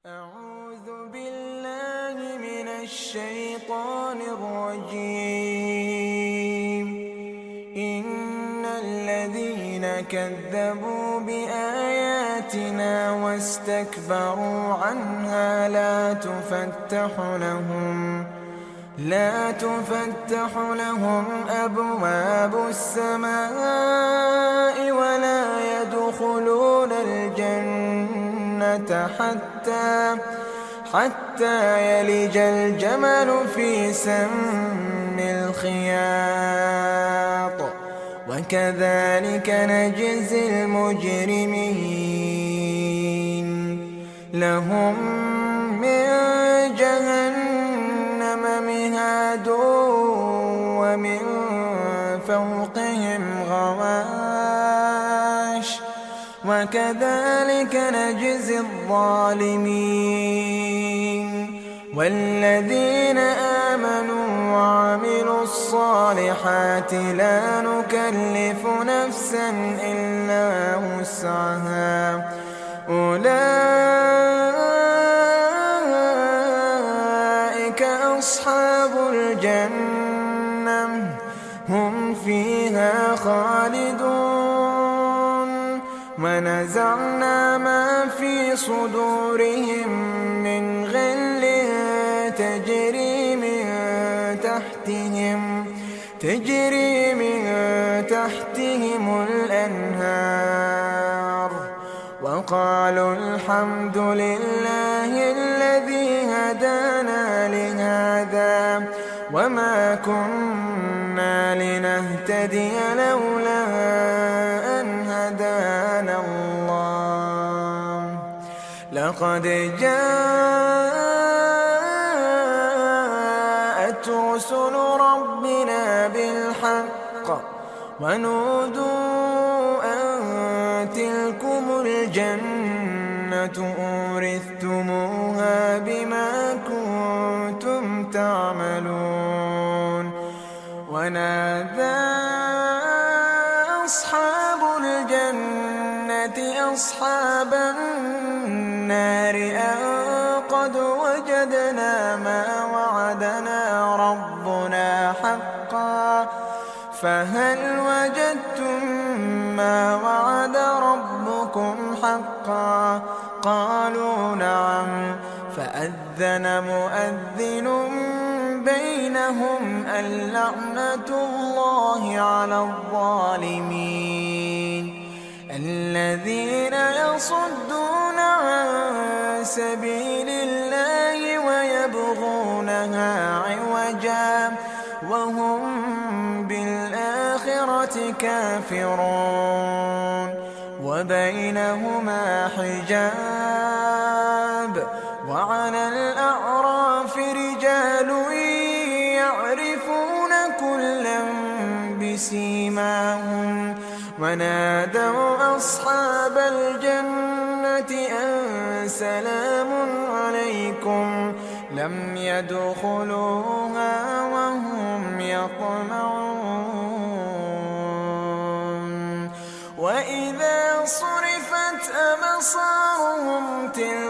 أعوذ بالله من الشيطان الرجيم. إن الذين كذبوا بآياتنا واستكبروا عنها لا تفتح لهم أبواب السماء ولا يدخلون الجنة حتى يلج الجمل في سم الخياط، وكذلك نجزي المجرمين. لهم من جهنم مهاد ومن فوقهم غواش، وكذلك نجزي الظالمين. والذين آمنوا وعملوا الصالحات لا نكلف نفسا إلا وسعها، أولئك أصحاب الجنة هم فيها خالدون. ونزعنا ما في صدورهم من غل تجري من تحتهم الأنهار، وقالوا الحمد لله الذي هدانا لهذا وما كنا لنهتدي لولا أن هدانا الله. لقد جاءت رسل ربنا بالحق ونودوا أن تلكم الجنة أورثتموها بما كنتم تعملون. ونادى أصحاب الجنة أصحاب النار أن قد وجدنا ما وعدنا ربنا حقا، فهل وجدتم ما وعد ربكم حقا؟ قالوا نعم. فأذن مؤذن بينهم اللعنة الله على الظالمين. الذين يصدون عن سبيل الله ويبغونها عوجا وهم بالآخرة كافرون. وبينهما حجاب. وعلى الأعراف رجال يعرفون كلا بسيماهم ونادوا أصحاب الجنة أن سلام عليكم لم يدخلوها وهم يطمعون. وإذا صرفت أبصارهم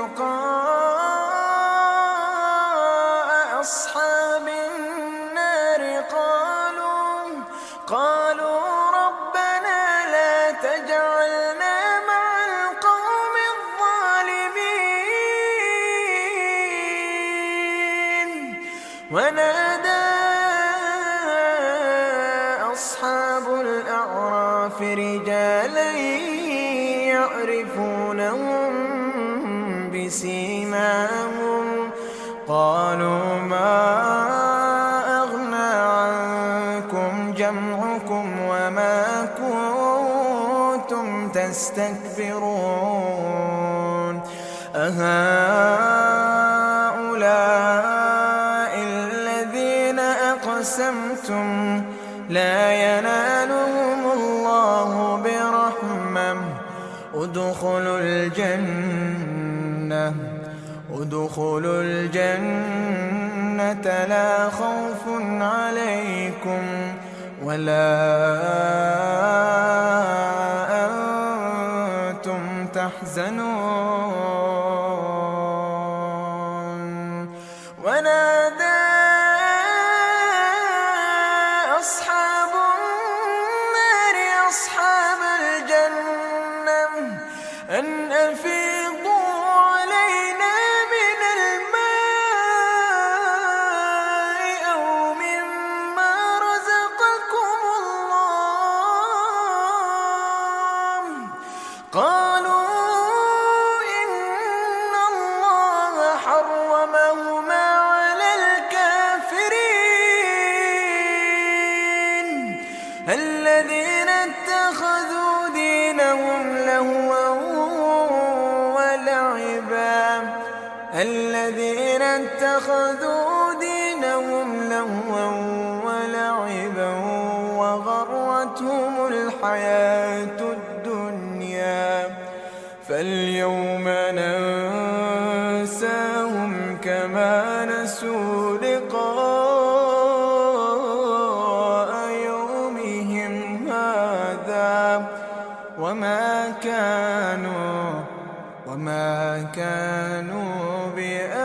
تلقاء أصحاب النار قالوا ربنا لا تجعلنا مع القوم الظالمين. ونادى أصحاب الأعراف رجالا يعرفونهم بسيماهم قالوا ما أغنى عنكم جمعكم وما كنتم تستكبرون أهؤلاء الذين أقسمتم لا ينالهم الله برحمة ادخلوا الجنة لا خوف عليكم ولا أنتم تحزنون. ونادى أصحاب النار أصحاب الجنة أن أفيضوا علينا من الماء أو مما رزقكم الله. قالوا إن الله حرمهما على الكافرين الذين اتخذوا دينهم لهوا ولعبا وغرتهم الحياة الدنيا فاليوم ننساهم كما نسوا لقاء يومهم هذا وما كانوا بآياتنا